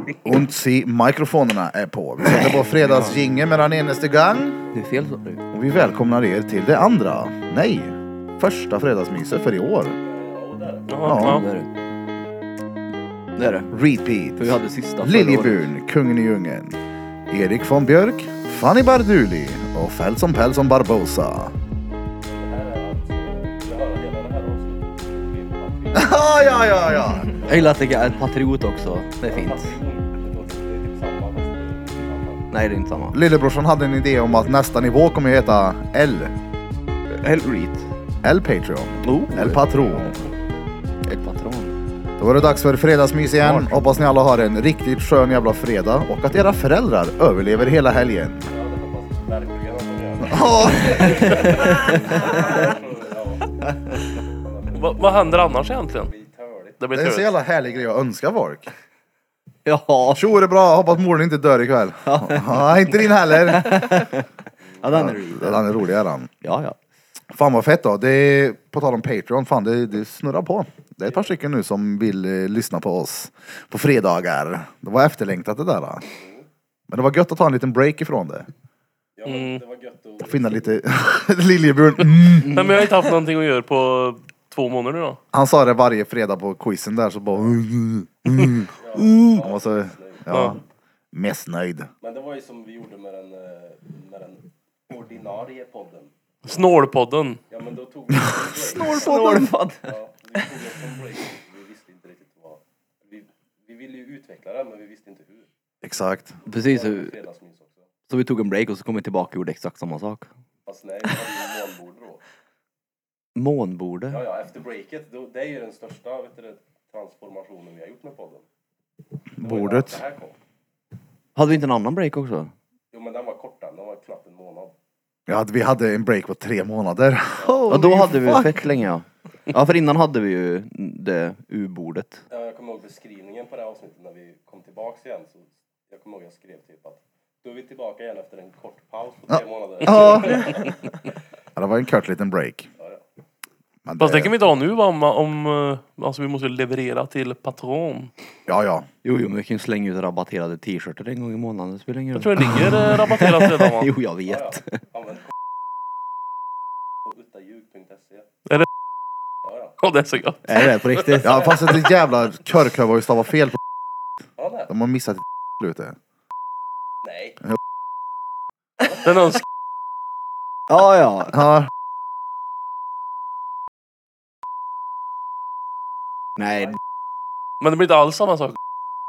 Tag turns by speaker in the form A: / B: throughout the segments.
A: Und si mikrofonerna är på. Vi sätter på fredagsjingeln med den enaste gång.
B: Det är fel så.
A: Och vi välkomnar er till det andra. Nej, första fredagsmyset för i år.
B: Ja, det är det. Det är det.
A: Repeat.
B: För vi hade sista.
A: Liljeburn, kungen i djungeln. Erik von Björk, Fanny Barduli och Felson Pelson Barbosa. Ja.
B: Jag gillar att det är ett patriot också. Det är fint. Nej, det är inte samma.
A: Lillebrorsan hade en idé om att nästa nivå kommer att heta L.
B: Read.
A: L Patreon. L Patron.
B: Ett patron.
A: Då var det dags för fredagsmys igen. Hoppas ni alla har en riktigt skön jävla fredag och att era föräldrar överlever hela helgen. Ja.
C: Vad händer annars egentligen?
A: Det är en så jävla härlig grej att önska folk.
B: Ja.
A: Tjo, är det bra? Hoppas moren inte dör ikväll. Ja, inte din heller.
B: Ja, den är
A: Den är rolig, är den.
B: Ja.
A: Fan vad fett då. Det är, på tal om Patreon, fan det snurrar på. Det är ett par stycken nu som vill lyssna på oss på fredagar. Det var efterlängtat det där. Men det var gött att ta en liten break ifrån det.
D: Ja, det var gött att
A: finna lite Liljeburn.
C: Nej, men jag har inte haft någonting att göra på 2 månader nu då.
A: Han sa det varje fredag på quizen där så bara han var så mest nöjd.
D: Men det var ju som vi gjorde med den ordinarie podden.
C: Snålpodden.
D: Ja, men då tog vi
B: Snålpodd.
D: Ja, vi tog en break. Vi visste inte riktigt vad. Vi ville ju utveckla det, men vi visste inte hur.
A: Exakt.
B: Precis.
D: Fredagsmys också.
B: Så vi tog en break och så kom vi tillbaka och gjorde exakt samma sak.
D: Fast nej, vi hade ju månbord då.
B: Månborde.
D: Ja, efter breaket. Det är ju den största transformationen vi har gjort med podden.
A: Bordet.
D: Det här kom.
B: Hade vi inte en annan break också?
D: Jo, men den var kort, den var knappt en månad.
A: Ja, vi hade en break på 3 månader.
B: Ja, då hade vi fett länge, ja. Ja, för innan hade vi ju det U-bordet.
D: Ja, jag kommer ihåg beskrivningen på det här avsnittet när vi kom tillbaka igen. Så jag kommer ihåg jag skrev typ att då är vi tillbaka igen efter en kort paus på 3 månader.
A: Ja, det var en kort liten break. Men
C: Fast det kan vi ta nu va, om alltså vi måste leverera till patron.
A: Ja.
B: Jo, men vi kan ju slänga ut rabatterade t-shirtar en gång i månaden. Det spelar ingen
C: Jag
B: roll.
C: tror det ligger rabatterat redan va?
B: Jo, jag vet.
D: Använd på uttaljug.se.
C: Är det?
D: Ja.
C: Ja, det är så gott.
B: Är det på riktigt?
A: Ja, fast det jävla körkhöv har ju stavat fel på.
D: Ja, det.
A: De har missat slutet.
D: Nej.
C: Den önskar.
B: Ja.
A: Ja.
B: Nej.
C: Men det blir inte alls samma sak.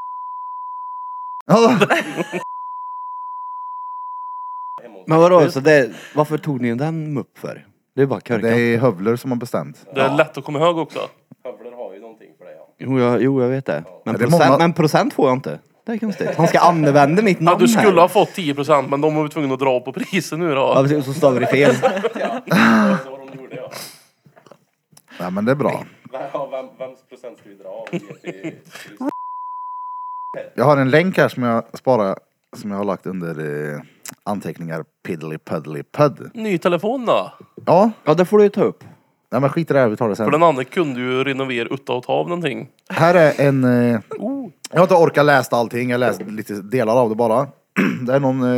B: Men vadå, så det, varför tog ni den mupp för? Det är bara körkan.
A: Det är hövler som har bestämt.
C: Det är lätt att komma ihåg också.
D: Hövler har ju någonting för det, ja.
B: Jo, jag vet det. Men,
A: Ja, det är
B: procent,
A: många-
B: men procent får jag inte. Det är konstigt. Han ska använda mitt
C: Ja,
B: namn
C: du skulle
B: här.
C: ha fått 10% men de var tvungna att dra på priset nu
B: Ja,
C: då.
B: precis, så stavar det fel.
D: Ja, så vad de gjorde, ja.
A: Ja, men det är bra.
D: Vems procent ska vi dra av?
A: Jag har en länk här som jag sparar, som jag har lagt under anteckningar piddly puddly pudd.
C: Ny telefon då.
A: Ja,
B: Ja, det får du ju ta upp.
A: nej men skit i det här, vi tar det
C: För
A: sen.
C: den andra kunde ju renovera utan att ta av någonting.
A: Här är en... Jag har inte orkat läsa allting, jag läste lite delar av det bara. Det är någon...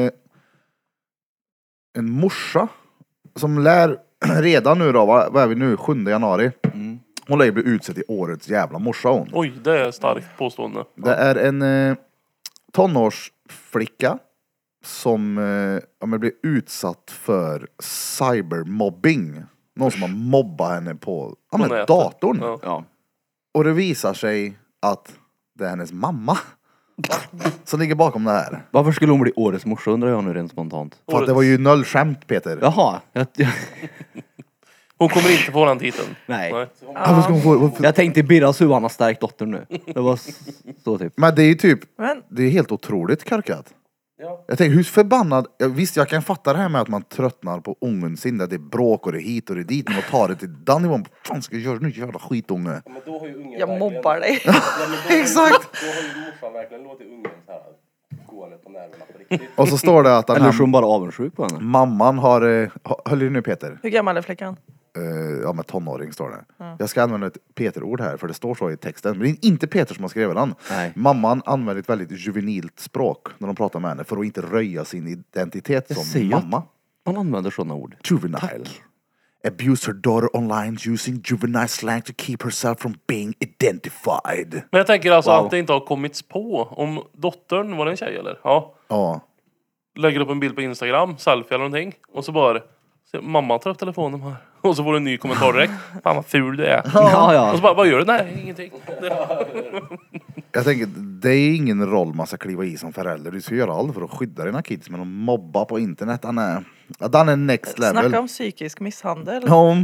A: en morsa som lär redan nu då, vad är vi nu? 7 januari. Hon lär ju bli utsedd till årets jävla morsa hon.
C: Oj, det är starkt påstående.
A: Det är en tonårsflicka som blir utsatt för cybermobbing. Någon som har mobbat henne på
C: nätet.
A: datorn.
C: Ja.
B: Ja.
A: Och det visar sig att det är hennes mamma som ligger bakom det här.
B: Varför skulle hon bli årets morsa undrar jag nu rent spontant.
A: För att det var ju noll skämt, Peter.
B: Jaha.
C: Hon kommer inte få den titeln.
B: Nej.
A: Varför ska hon få...
B: Jag tänkte Birras hur han har stärkt dottern nu. Det var så typ.
A: Men det är ju typ...
E: Men
A: Det är helt otroligt korkat.
D: Ja.
A: Jag tänker, hur förbannad... Visst, jag kan fatta det här med att man tröttnar på ungen sin. Där det är bråk och det är hit och det är dit. Men att ta det till den nivån. Vad fan ska jag göra nu, jävla skitunge?
D: Men då har ju ungen
E: jag
D: verkligen...
E: mobbar dig.
D: Ja, men då
A: Exakt.
D: Då har ju morsan verkligen låtit ungen så här gående på nerverna på riktigt.
A: Och så står det att den
B: Eller så är
A: här
B: hon bara avundsjuk på henne.
A: mamman har... Höll du nu, Peter?
E: Hur gammal är flickan?
A: Ja, med tonåring står det. Jag ska använda ett Peter-ord här, för det står så i texten. Men det är inte Peter som har skrivit den.
B: Nej.
A: Mamman använder ett väldigt juvenilt språk när de pratar med henne för att inte röja sin identitet som mamma.
B: Man använder sådana ord.
A: Juvenile. Abused her daughter online using juvenile slang to keep herself from being identified.
C: Men jag tänker alltså att det inte har kommits på. Om dottern, var det en tjej eller? Ja.
A: Ja.
C: Lägger upp en bild på Instagram, selfie eller någonting. Och så bara, mamma tar upp telefonen här. Och så får du en ny kommentar direkt. Fan vad ful du är.
B: Ja.
C: Och så bara, vad gör du? Nej, ingenting.
A: Jag tänker, det är ingen roll man ska kliva i som förälder. Du ska göra allt för att skydda dina kids. Men att mobba på internet, den är next level.
E: Snacka om psykisk misshandel.
A: Ja.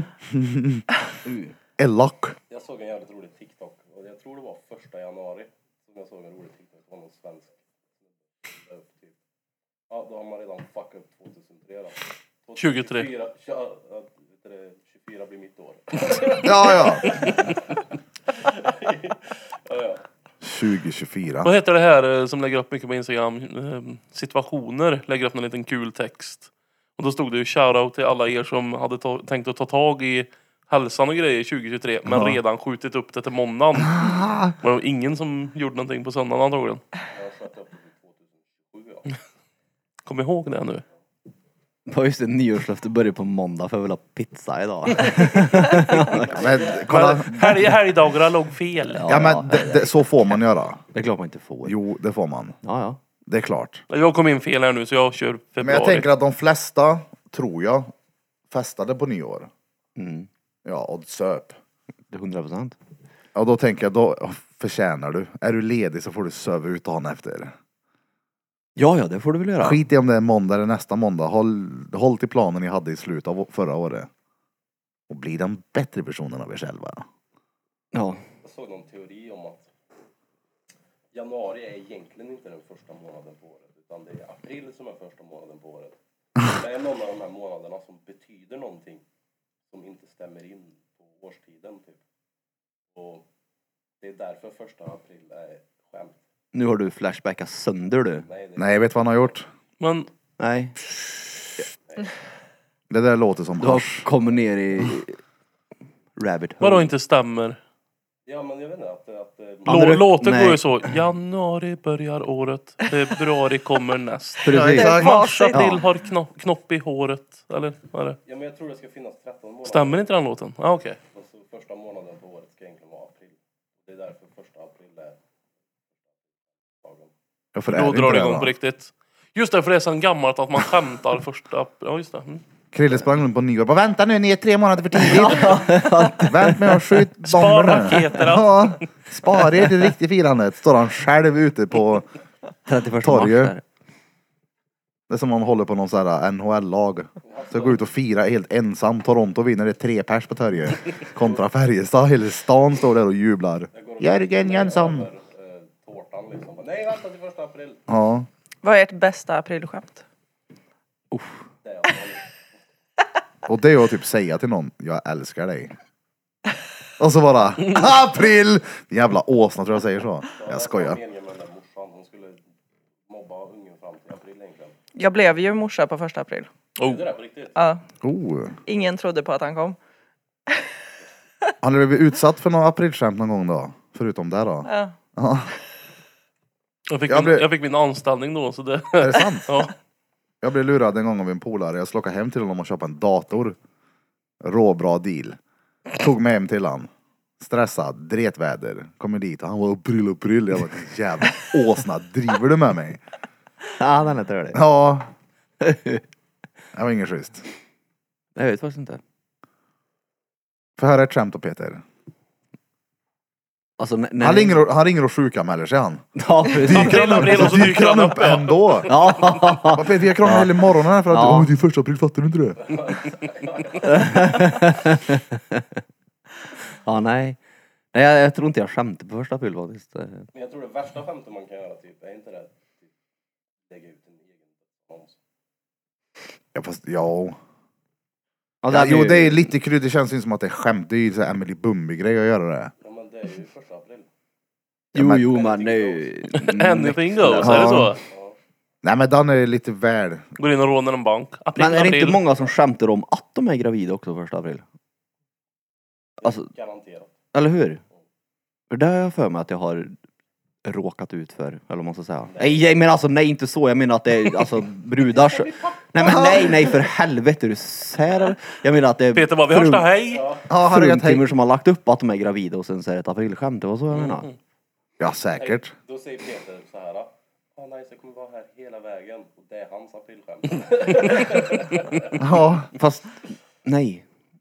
A: Elak.
D: Jag såg en jävligt rolig TikTok. Och jag tror det var 1 januari. Som jag såg en rolig TikTok. Det var någon svensk. Ja, då har man redan fuckat upp 2003 då.
C: 23.
D: 24 blir mitt år.
A: Ja.
D: Ja.
A: 2024.
C: Vad heter det här som lägger upp mycket på Instagram? Situationer. Lägger upp en liten kul text. Och då stod det ju shoutout till alla er som hade tänkt att ta tag i hälsan och grejer 2023. Men redan skjutit upp det till måndagen. Det var ingen som gjorde någonting på söndagen antagligen.
D: Jag har sköt upp det till 2007, ja.
C: Kom ihåg det nu.
B: Ja just det, nyårslöfte börjar på måndag för jag vill ha pizza idag.
A: Men kolla.
C: Helgdagarna låg fel.
A: Ja, men så får man göra.
B: Det är klart man inte får.
A: Jo, det får man.
B: Ja.
A: Det är klart.
C: Jag kom in fel här nu så jag kör februari.
A: Men jag tänker att de flesta, tror jag, festade på nyår.
B: Mm.
A: Ja, och söp.
B: Det är 100%.
A: Ja, då tänker jag, då förtjänar du. Är du ledig så får du söva ut dagen efter.
B: Ja, det får du väl göra.
A: Skit i om det är måndag eller nästa måndag. Håll till planen ni hade i slutet av förra året. Och bli den bättre versionen av er själva.
B: Ja.
D: Jag såg någon teori om att januari är egentligen inte den första månaden på året. Utan det är april som är första månaden på året. Det är någon av de här månaderna som betyder någonting som inte stämmer in på årstiden typ. Och det är därför 1 april är skämt.
B: Nu har du flashbackat sönder du.
A: Nej, jag vet vad han har gjort.
C: Men
B: Nej.
A: Det där låter som
B: Du har
A: hasch.
B: kommit ner i rabbit hole.
C: vadå inte stämmer?
D: Ja, men jag vet inte att
C: Låten
B: Nej.
C: går ju så. Januari börjar året. Februari kommer näst.
B: Precis.
C: Mars,
E: facit.
C: april har knopp i håret. Eller vad är det?
D: ja, men jag tror det ska finnas 13 månader.
C: Stämmer inte den låten? Ja, okej.
D: Och så första månaden på året ska egentligen vara april. Det är därför 1 april är dagen.
A: Ja, för
C: Då
A: är det
C: drar
A: inte
C: det igång
A: va?
C: på riktigt. Just det, för det är så gammalt att man skämtar 1 april. Ja, just det. Mm.
A: Krille sprang runt på nyår. Bara, vänta nu, ni är 3 månader för tidigt. Vänt med att skjuta
C: Spar
A: bomber nu.
C: raketerna.
A: Ja, spar er till riktigt firandet. Står han själv ute på
B: 31
A: torget.
B: mars där.
A: Det är som om man håller på någon sån här NHL-lag. Så går ut och fira helt ensam. Toronto vinner, det är 3 pers på torget. Kontra Färjestad. Hela stan står där och jublar. Jörgen Jönsson.
D: Tårtan liksom. Nej, vänta till 1 april.
A: Ja.
E: Vad är ert bästa aprilskämt?
D: Det är
A: Och det är att typ säga till någon, jag älskar dig. Och så bara, april! Jävla åsna tror jag säger så. Jag skojar.
D: meningen med den där morsan. Hon skulle mobba ungen fram till april egentligen.
E: Jag blev ju morsa på 1 april.
C: Oh.
D: Det är det på riktigt.
E: Ja,
A: Oh.
E: ingen trodde på att han kom.
A: Har ni blivit utsatt för någon aprilskämt någon gång då? Förutom det då?
E: Ja.
A: Ja.
C: Jag fick min anställning då. Så det...
A: Är det sant?
C: Ja.
A: Jag blev lurad en gång av en polare. Jag skulle åka hem till honom och köpa en dator. Råbra deal. Tog med hem till han. Stressad, dretväder. Kommer dit och han var april. Jag var jävla åsna. Driver du med mig?
B: Ja, den är trevlig.
A: Ja. Det var ingen schysst.
B: Jag vet faktiskt inte.
A: Får höra ett skämt då Peter.
B: Alltså,
A: Han ringer och sjukanmäler sig han.
B: Ja, precis.
C: April och så dyker han upp, ja.
A: ändå.
B: Ja.
A: Vad Peter, jag krånglar hela morgonen för att
B: Ja.
A: det är 1 april, fattar du inte det?
B: Ja, nej. Nej, jag tror inte jag skämtar på 1 april faktiskt.
D: Men jag tror det värsta skämtet man kan göra typ, är inte det typ, lägga ut en egen annons.
A: Ja, fast, ja.
B: Ja,
A: Ja,
B: hade
A: jo,
B: ju-
A: det är lite kul. Det känns ju som att det är skämt. Det är ju så här Emily Bumby-grej att göra det.
D: Ja, men det är ju 1 april.
B: Jo, men det är ju...
C: Anything goes,
A: Ja.
C: är det så?
A: Nej, men den är lite väl.
C: Går in och rånar en bank. April,
B: Men är det inte
C: april.
B: många som skämtar om att de är gravida också 1 april? Alltså,
D: Garanterat.
B: eller hur? För det har jag för mig att jag har råkat ut för, eller vad man ska säga. Nej, men alltså nej, inte så. Jag menar att det är alltså brudar. Nej, men nej, för helvete, är du sär? Jag menar att det är
C: Peter bara, vi hörs då, hej!
A: Ja, herregud, hej.
B: fruntimmer som har lagt upp att de är gravida och sen så är det ett aprilskämt. Det var så jag menar.
A: Ja, säkert.
D: Då säger Peter så här. Nej, jag kommer vara här hela vägen. Och det är hans aprilskämt.
A: Ja.
B: Fast, nej.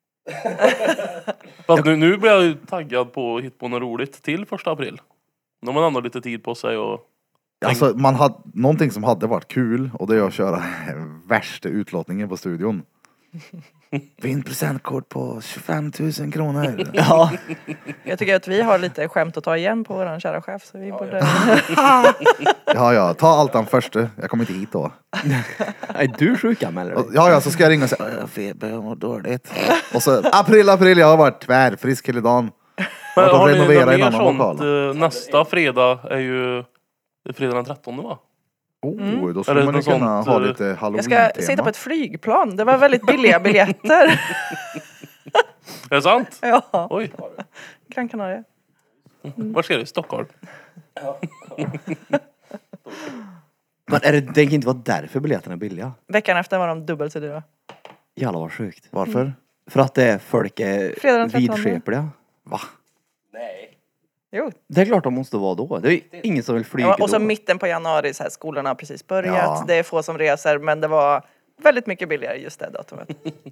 C: Fast nu blir jag ju taggad på att hitta på något roligt till 1 april. Nu har man ändå lite tid på sig och...
A: Alltså, man hade någonting som hade varit kul och det är att köra värsta utlottningen på studion. Vinn presentkort på 25 000 kronor.
B: Ja.
E: Jag tycker att vi har lite skämt att ta igen på våran kära chef. Så vi borde...
A: Ja, ta allt den första. Jag kommer inte hit då.
B: Är du sjukanmäld eller?
A: Ja, så ska jag ringa och säga, jag har feber, jag mår dåligt. Och så, april, jag har varit tvärfrisk hela dagen.
C: Men
A: de
C: har ni
A: renoverar
C: något
A: en
C: mer
A: annan
C: sånt?
A: lokal.
C: Nästa fredag är ju... Det är fredag den 13, va?
A: Då skulle
C: Eller
A: man ju
C: något
A: kunna
C: sånt,
A: ha lite
E: Jag ska
A: halloween-tema.
E: sitta på ett flygplan. Det var väldigt billiga biljetter.
C: Är det sant?
E: Ja,
C: Oj,
E: Gran Canaria.
C: var ska du? Stockholm?
B: Men är det kan inte vara därför biljetterna är billiga?
E: Veckan efter var de dubbelt så dyra.
B: Jävlar vad sjukt.
A: Varför?
B: För att det är folk är
E: Fredag den 13.
B: vidskepliga.
A: Va?
D: Nej.
E: Jo.
B: Det är klart de måste vara då. Det är ingen som vill flyga
E: Ja, och så
B: då.
E: mitten på januari, så här, skolorna har precis börjat.
A: Ja.
E: Det är få som reser, men det var väldigt mycket billigare just det datumet.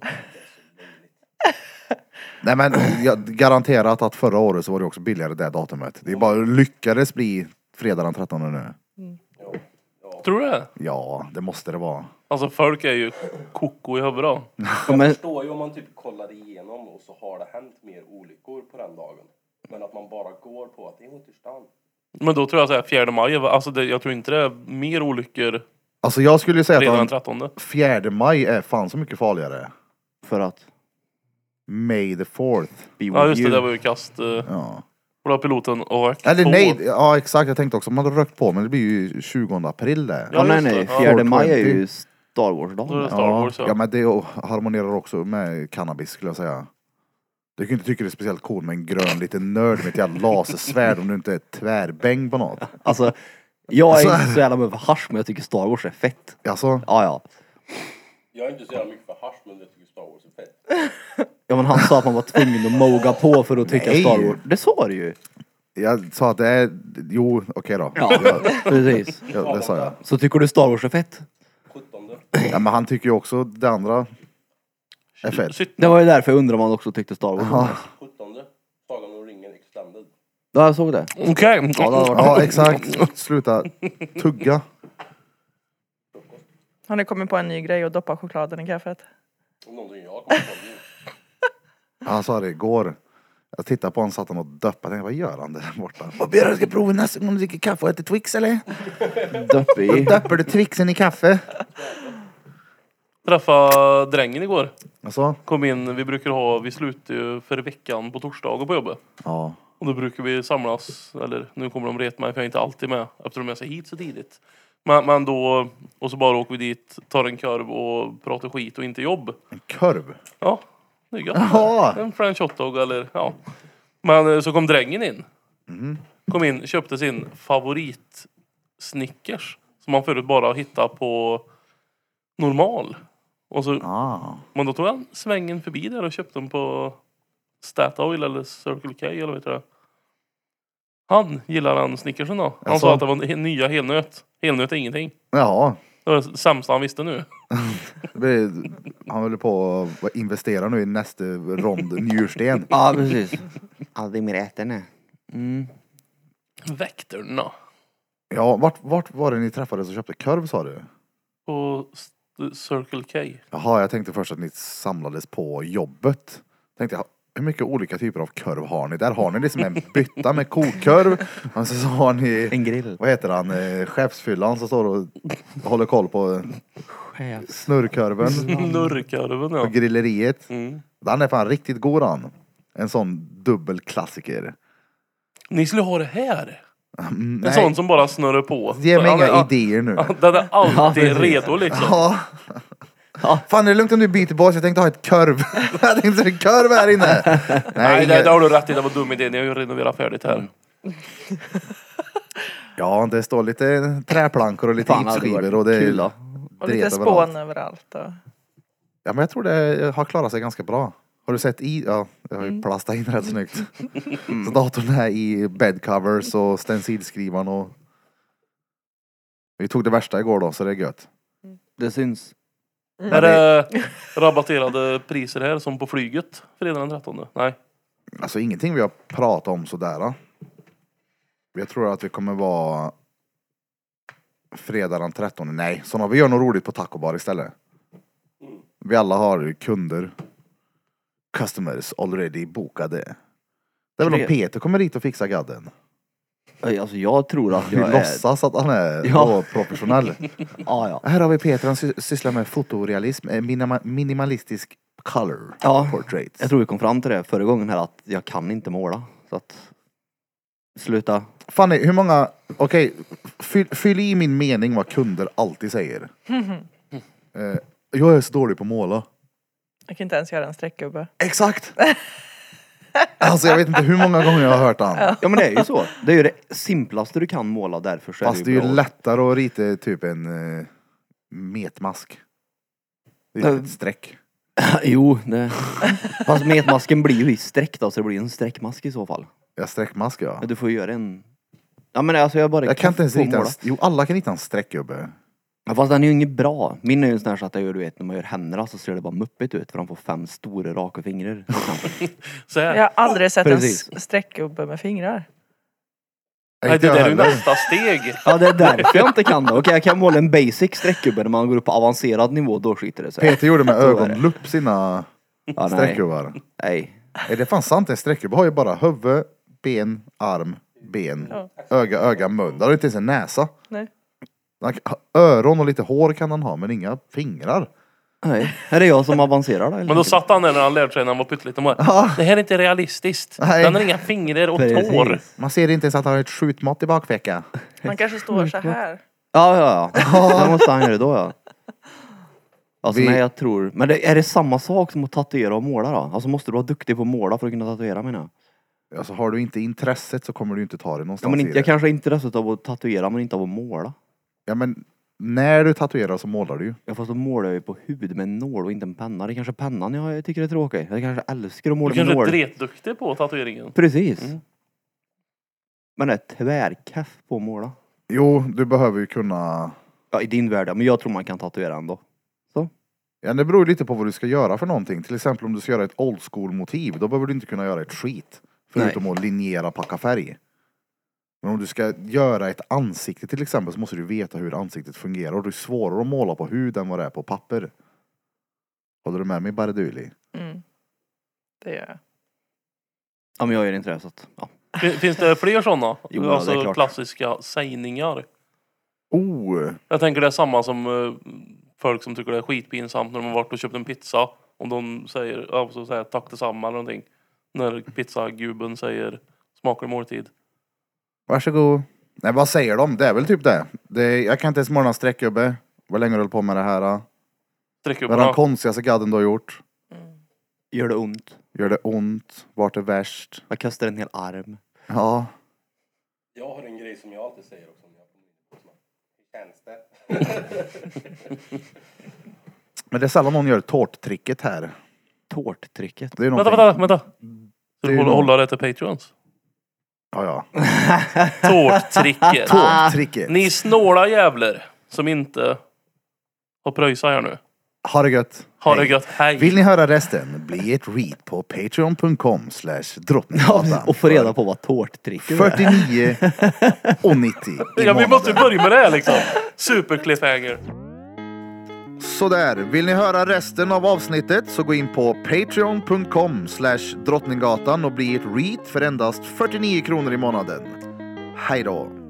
A: Nej, men jag garanterat att förra året så var det också billigare det datumet. Det är bara lyckades bli fredag den 13 nu.
C: Tror du det?
A: Ja, det måste det vara.
C: Alltså folk är ju koko i huvudet då.
B: Ja, men,
D: Förstår ju om man typ kollar igenom och så har det hänt mer olyckor på den dagen. Men att man bara går på att det är återstan.
C: Men då tror jag att 4 maj, alltså jag tror inte det är mer olyckor
A: Alltså jag skulle ju säga
C: redan den
A: att
C: 13.
A: 4 maj är fan så mycket farligare.
B: för att
A: May the 4th.
B: be with
C: Ja just det,
B: you.
C: det var ju kast.
A: Ja.
C: Då har piloten och rökt
A: Eller
C: på.
A: nej, ja exakt, jag tänkte också man hade rökt på, men det blir ju 20 april det.
B: Ja, nej,
C: just
B: nej.
C: det.
B: 4 maj är
A: 420.
B: ju Star
C: Då är det
B: Wars-dagen.
C: Star Wars, ja.
A: Ja, men det harmonerar också med cannabis skulle jag säga. Du kan inte tycka det är speciellt cool med en grön liten nörd med ett jävla lasersvärd om du inte är tvärbäng på något.
B: Alltså, jag är
A: Alltså-
B: inte så jävla med för hasch, men jag tycker Star Wars är fett.
A: Alltså,
B: Ja.
D: Jag är inte så jävla mycket för hasch, men jag tycker Star Wars är fett.
B: Ja, men han sa att man var tvungen att moga på för att tycka
A: Nej.
B: Star Wars. Det sa du ju.
A: jag sa att det är, jo okej då.
B: Ja, precis.
A: Ja, det sa jag.
B: Så tycker du Star Wars är fett?
D: 17.
A: Ja, men han tycker ju också det andra är fett.
B: Det var ju därför jag undrar om han också tyckte Star Wars var
A: Ja.
B: fett.
D: 17. Sagan om ringen extended.
B: Ja, jag såg det.
C: Okej.
B: Ja, det hade varit
A: Ja, exakt. Sluta tugga.
E: Har ni kommit på en ny grej och doppa chokladen i kaffet?
D: Någonting jag kommer på nu.
A: Han sa det igår. Jag tittade på honom, satt han och döppade. Jag tänkte, vad gör han där borta? Vad ber du ska prova nästa gång du dricker kaffe och äter Twix eller?
B: Döpp i.
A: Döper du Twixen i kaffe?
C: Träffade drängen igår.
A: Alltså?
C: Kom in, vi slutar ju för veckan på torsdagar på jobbet.
A: Ja.
C: Och då brukar vi samlas, eller nu kommer de reta mig för jag är inte alltid med eftersom jag ska hit så tidigt. Men då, och så bara åker vi dit, tar en korv och pratar skit och inte jobb.
A: En korv?
C: Ja, det är gött.
A: Jaha.
C: En french hotdog eller ja. Men så kom drängen in. Kom in, köpte sin favorit Snickers. Som man förut bara hittade på normal. Och så, men då tog han svängen förbi där och köpte den på Statoil eller Circle K eller vet du det. Han gillar den Snickersen då. Han
A: Alltså?
C: sa att det var nya helnöt. Helnöt är ingenting.
A: Ja.
C: Det var det sämsta han visste nu.
A: Han håller på att investera nu i nästa rond njursten.
B: Ja, precis. Aldrig mer äta nu.
C: Väkterna.
A: Ja, vart var det ni träffades och köpte korv sa du?
C: På Circle K.
A: Jaha, jag tänkte först att ni samlades på jobbet. Tänkte jag, hur mycket olika typer av korv har ni? Där har ni liksom en bytta med kokkorv. Och så har ni,
B: En grill.
A: vad heter han, chefsfyllan som står och håller koll på snurrkorven
C: Snurrkorven
A: och
C: ja.
A: grilleriet.
C: Mm.
A: Den är fan riktigt god han. En sån dubbelklassiker.
C: Ni skulle ha det här. En
A: Nej,
C: sån som bara snurrar på.
A: ge mig
C: Han är-
A: inga idéer nu.
C: Den är alltid redo liksom.
A: Ja, Fan, är det lugnt om du byter bas? Jag tänkte ha ett kurv. Jag tänkte ha en kurv här inne.
C: Nej,
A: inget.
C: det har du rätt i. Det var dum idé. Ni har ju renoverat färdigt här.
A: Ja, det står lite träplankor och lite
B: Fan, hade det
A: gipsskivor.
B: varit
A: Och det
B: kul då.
E: Och lite
A: dret överallt.
E: spån överallt. Och...
A: Ja, men jag tror det har klarat sig ganska bra. Har du sett i? Ja, jag har ju plastat in rätt snyggt. Så datorn är i bedcovers och stencilskrivaren och... Vi tog det värsta igår då, så det är gött.
B: Det syns.
C: Är det rabatterade priser här som på flyget fredag den 13? Nej.
A: Alltså ingenting vi har pratat om sådär. Jag tror att vi kommer vara fredag den 13. Nej, så när vi gör något roligt på Taco Bar istället. Vi alla har kunder. Customers already bokade. Det är väl om Peter kommer hit och fixar gadden.
B: Alltså jag tror att
A: Vi
B: jag är...
A: låtsas att han är
B: Ja.
A: professionell.
B: Ja.
A: Här har vi Peter, han sysslar med fotorealism, minimalistisk color
B: Ja.
A: portraits.
B: Jag tror vi kom fram till det förra gången här att jag kan inte måla. Så att... Sluta.
A: Fanny, hur många, okej, fyll i min mening vad kunder alltid säger. Jag är så dålig på att måla.
E: Jag kan inte ens göra en streckgubbe.
A: Exakt! Alltså jag vet inte hur många gånger jag har hört han.
B: Ja men det är ju så. Det är ju det simplaste du kan måla, därför så
A: Fast
B: är
A: det
B: det
A: är
B: ju
A: ju
B: bra.
A: lättare att rita typ en metmask. Det är ju ett streck.
B: Jo, det... Fast metmasken blir ju i streck då, så det blir en streckmask i så fall.
A: Ja, streckmask ja.
B: Men du får göra en... Ja men alltså jag bara...
A: Jag kan inte ens
B: på att
A: rita en,
B: måla.
A: jo alla kan rita en streckgubbe.
B: Ja, fast den är ju inget bra. Min är ju en sån här så att jag gör, du vet, när man gör händerna så ser det bara muppigt ut för de får 5 stora raka fingrar. till exempel.
C: Så här.
E: Jag har aldrig sett
B: Precis.
E: en streckgubbe med fingrar.
C: Nej, det
A: jag
C: där är ju
A: heller.
C: nästa steg.
B: Ja det är därför jag inte kan det. Okej, jag kan måla en basic streckgubbe när man går upp på avancerad nivå, då skiter det sig.
A: Peter gjorde med
B: Så är det.
A: ögonlupp sina
B: Ja, nej.
A: streckgubbar.
B: Nej.
A: Är det fan sant? En streckgubbe har ju bara huvud, ben, arm, ben,
E: Ja.
A: öga, mun. Det har inte ens en näsa.
E: Nej.
A: Öron och lite hår kan han ha, men inga fingrar.
B: Nej. Är det jag som avancerar då? eller?
C: Men då satt han där när han lärde sig när han var pytteliten. Och bara, det här är inte realistiskt.
A: Nej.
C: Den har inga fingrar och
B: Precis.
C: tår.
A: Man ser inte ens att han har ett skjutmått i bakfickan.
E: Man kanske står så här.
B: Ja. Det måste han göra då ja. Alltså
A: Vi-
B: nej jag tror... Men är det samma sak som att tatuera och måla då? Alltså måste du vara duktig på att måla för att kunna tatuera menar jag?
A: Alltså har du inte intresset så kommer du inte ta det
B: Ja,
A: någonstans
B: men
A: i
B: inte,
A: det.
B: jag kanske har intresset av att tatuera men inte av att måla.
A: Ja men när du tatuerar så målar du ju.
B: Ja fast då målar jag ju på hud med en nål och inte en penna. Det är kanske pennan jag tycker är tråkig. Jag kanske älskar att
C: Du
B: måla med
C: kanske är
B: nål.
C: dretduktig på tatueringen.
B: Precis.
C: Mm.
B: Men är tvärkaff på att måla.
A: Jo, du behöver ju kunna...
B: Ja i din värld ja, men jag tror man kan tatuera ändå.
A: Ja, det beror ju lite på vad du ska göra för någonting. Till exempel om du ska göra ett old school motiv, då behöver du inte kunna göra ett skit. Förutom att linjera, packa färg. Men om du ska göra ett ansikte till exempel så måste du veta hur ansiktet fungerar. Och det är svårare att måla på hud än vad det är på papper. Håller du med mig, Barduli?
E: Mm. Det gör jag.
B: Ja men jag gör inte det så att, ja.
C: Finns det fler sådana?
B: Jo, ja, det är
C: Alltså
B: klart.
C: klassiska sägningar.
A: Oh!
C: Jag tänker det är samma som folk som tycker det är skitpinsamt när de har varit och köpt en pizza. Om de säger, ja, så säger tack detsamma eller någonting. När pizzagubben säger smaklig måltid.
A: Varsågod. Nej, vad säger de? Det är väl typ det. Jag kan inte ens måla en streckgubbe. Vad länge har du hållit på med det här? Vad är den
C: Streckgubbarna.
A: konstigaste gadden du har gjort?
B: Gör det ont?
A: Gör det ont? Vart är värst?
B: Jag kastar en hel arm.
A: Ja.
D: Jag har en grej som jag alltid säger också. När jag kommer in på hur känns det?
A: Men det är sällan någon gör tårttricket här.
B: Tårttrycket.
A: Det är
C: Vänta.
A: Det
C: Så
A: är
C: du
A: ju
C: hålla det till Patreons.
A: Ja.
C: Tårttricket.
A: Tårttricket.
C: Ni snåla jävlar som inte har pröjsat här nu.
A: Ha det gött.
C: Ha det
A: Hej.
C: gött. Hej.
A: Vill ni höra resten? Bli ett read på patreon.com/drottninggatan.
B: Och få reda på vad tårttrycket är.
A: 49,90 i
C: Ja, vi måste
A: månaden.
C: börja med det här liksom. Super cliffhanger.
A: Sådär, vill ni höra resten av avsnittet så gå in på patreon.com/drottninggatan och bli ett read för endast 49 kronor i månaden. Hej då!